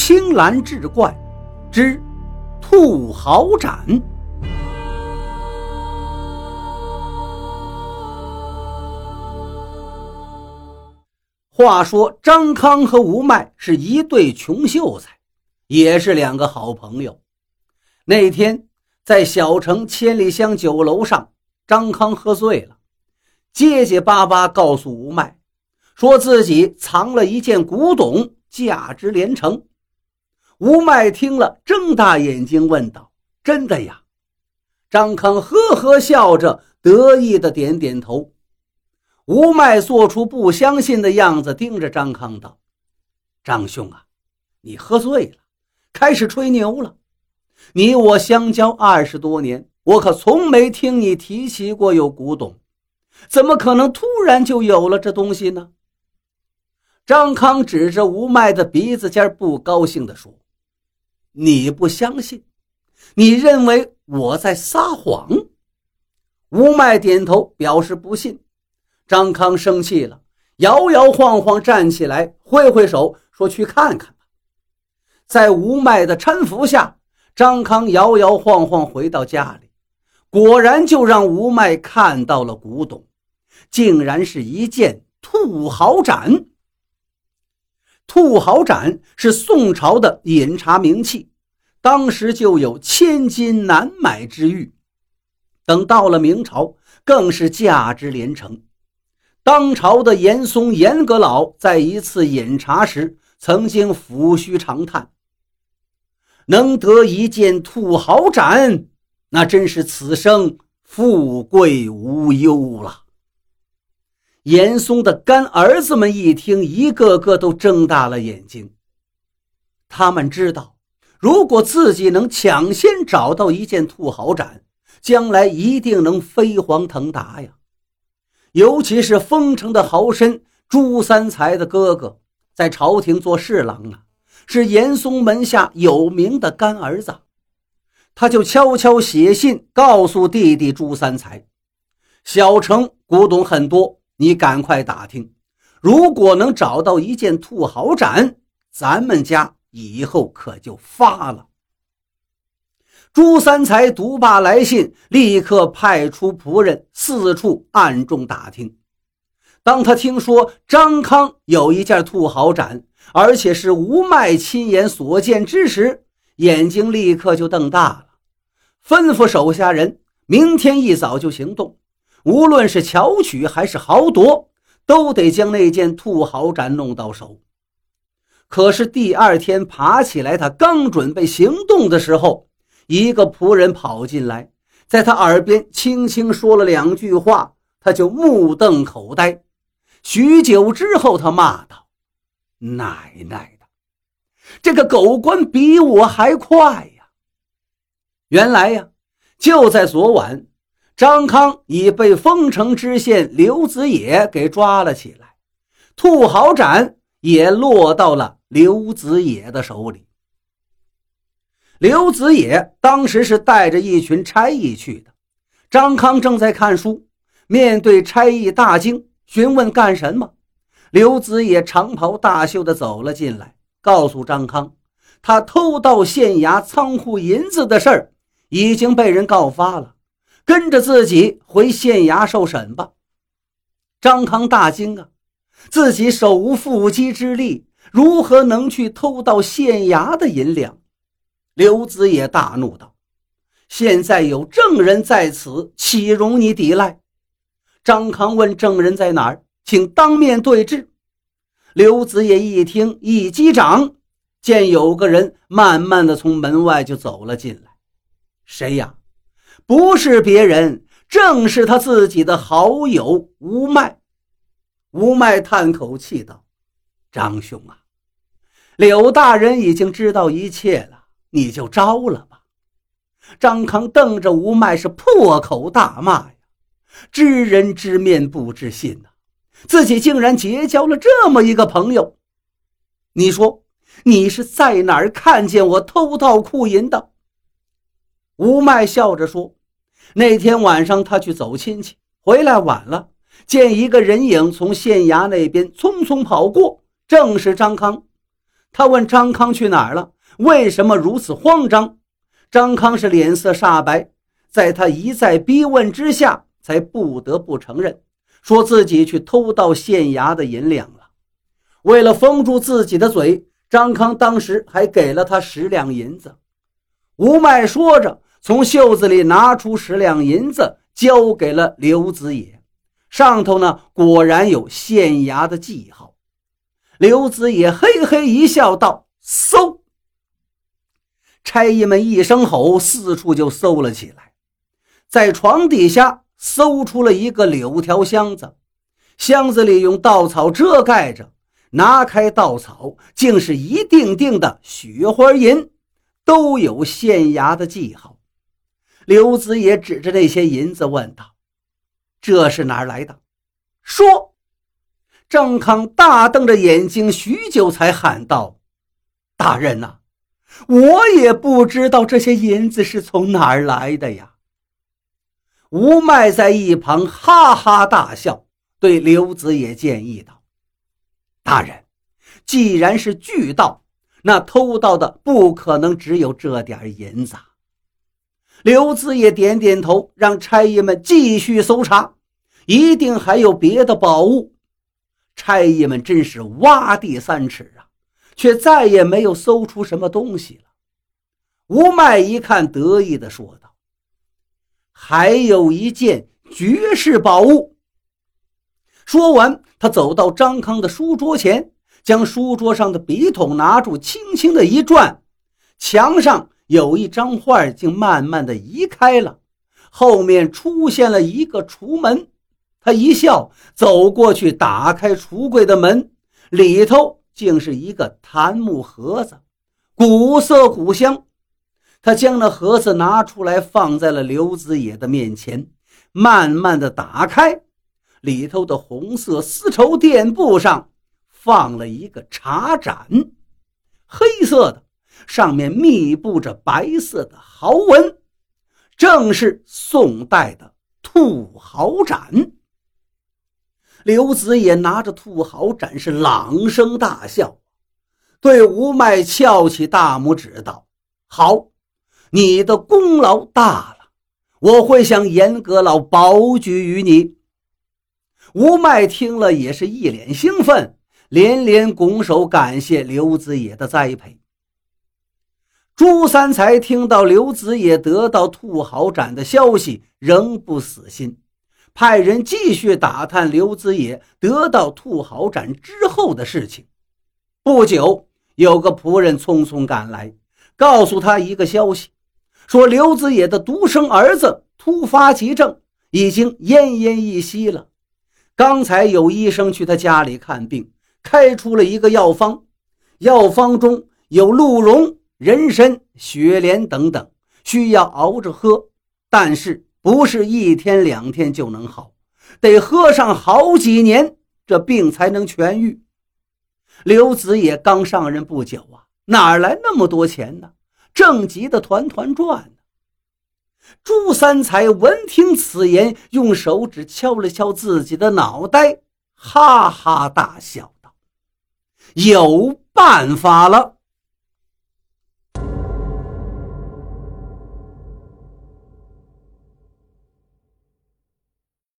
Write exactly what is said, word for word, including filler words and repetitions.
青蓝志怪之兔毫斩。话说张康和吴迈是一对穷秀才，也是两个好朋友。那天在小城千里香酒楼上，张康喝醉了，结结巴巴告诉吴迈，说自己藏了一件古董，价值连城。吴迈听了，睁大眼睛问道：真的呀？张康呵呵笑着，得意地点点头。吴迈做出不相信的样子，盯着张康道：张兄啊，你喝醉了，开始吹牛了。你我相交二十多年，我可从没听你提起过有古董，怎么可能突然就有了这东西呢？张康指着吴迈的鼻子尖，不高兴地说：你不相信？你认为我在撒谎？吴迈点头表示不信。张康生气了，摇摇晃晃站起来，挥挥手说：去看看吧。在吴迈的搀扶下，张康摇摇晃晃回到家里，果然就让吴迈看到了古董，竟然是一件兔毫斩。兔毫斩是宋朝的饮茶名器，当时就有千金难买之誉，等到了明朝更是价值连城。当朝的严嵩严阁老在一次饮茶时曾经抚须长叹，能得一件兔毫斩，那真是此生富贵无忧了。严嵩的干儿子们一听，一个个都睁大了眼睛。他们知道，如果自己能抢先找到一件兔毫斩，将来一定能飞黄腾达呀。尤其是丰城的豪绅朱三才的哥哥，在朝廷做侍郎呢，是严嵩门下有名的干儿子。他就悄悄写信告诉弟弟朱三才，小城古董很多，你赶快打听，如果能找到一件兔毫斩，咱们家以后可就发了。朱三才读罢来信，立刻派出仆人四处暗中打听。当他听说张康有一件兔毫斩，而且是吴迈亲眼所见之时，眼睛立刻就瞪大了，吩咐手下人明天一早就行动，无论是巧取还是豪夺，都得将那件兔毫斩弄到手。可是第二天爬起来，他刚准备行动的时候，一个仆人跑进来，在他耳边轻轻说了两句话，他就目瞪口呆。许久之后，他骂道：奶奶的，这个狗官比我还快呀！原来呀，就在昨晚，张康已被丰城知县刘子野给抓了起来，兔毫斩也落到了刘子野的手里。刘子野当时是带着一群差役去的，张康正在看书，面对差役大惊，询问干什么。刘子野长袍大袖地走了进来，告诉张康，他偷盗县衙仓库银子的事儿已经被人告发了，跟着自己回县衙受审吧。张康大惊啊，自己手无缚鸡之力，如何能去偷盗县衙的银两？刘子野大怒道：现在有证人在此，岂容你抵赖？张康问证人在哪儿，请当面对质。刘子野一听，一击掌，见有个人慢慢的从门外就走了进来。谁呀？不是别人，正是他自己的好友吴迈。吴迈叹口气道：张兄啊，柳大人已经知道一切了，你就招了吧。张康瞪着吴迈是破口大骂呀，知人知面不知心啊，自己竟然结交了这么一个朋友。你说你是在哪儿看见我偷盗库银的？吴迈笑着说，那天晚上他去走亲戚，回来晚了，见一个人影从县衙那边匆匆跑过，正是张康。 他问张康去哪儿了，为什么如此慌张？张康是脸色煞白，在他一再逼问之下，才不得不承认，说自己去偷盗县衙的银两了。为了封住自己的嘴，张康当时还给了他十两银子。吴迈说着，从袖子里拿出十两银子，交给了刘子野，上头呢果然有县衙的记号。刘子野嘿嘿一笑道：搜！差役们一声吼，四处就搜了起来，在床底下搜出了一个柳条箱子，箱子里用稻草遮盖着，拿开稻草，竟是一锭锭的雪花银，都有县衙的记号。刘子野指着那些银子问道：这是哪儿来的？说！张康大瞪着眼睛，许久才喊道：大人呐、啊，我也不知道这些银子是从哪儿来的呀。吴迈在一旁哈哈大笑，对刘子野建议道：大人，既然是巨盗，那偷盗的不可能只有这点银子。刘子野点点头，让差役们继续搜查，一定还有别的宝物。差役们真是挖地三尺啊，却再也没有搜出什么东西了。吴迈一看，得意地说道：还有一件绝世宝物。说完，他走到张康的书桌前，将书桌上的笔筒拿住，轻轻的一转，墙上有一张画竟慢慢的移开了，后面出现了一个橱门。他一笑，走过去打开橱柜的门，里头竟是一个檀木盒子，古色古香。他将那盒子拿出来，放在了刘子野的面前，慢慢的打开，里头的红色丝绸垫布上放了一个茶盏，黑色的，上面密布着白色的毫纹，正是宋代的兔毫盏。刘子野拿着兔毫盏是朗声大笑，对吴迈翘起大拇指道：好，你的功劳大了，我会向严阁老保举于你。吴迈听了也是一脸兴奋，连连拱手感谢刘子野的栽培。朱三才听到刘子野得到兔毫盏的消息，仍不死心，派人继续打探刘子野得到兔毫盏之后的事情。不久，有个仆人匆匆赶来，告诉他一个消息，说刘子野的独生儿子突发急症，已经奄奄一息了。刚才有医生去他家里看病，开出了一个药方，药方中有鹿茸、人参、雪莲等等，需要熬着喝，但是不是一天两天就能好，得喝上好几年，这病才能痊愈。刘子野刚上任不久啊，哪来那么多钱呢？正急得团团转呢。朱三才闻听此言，用手指敲了敲自己的脑袋，哈哈大笑道：有办法了。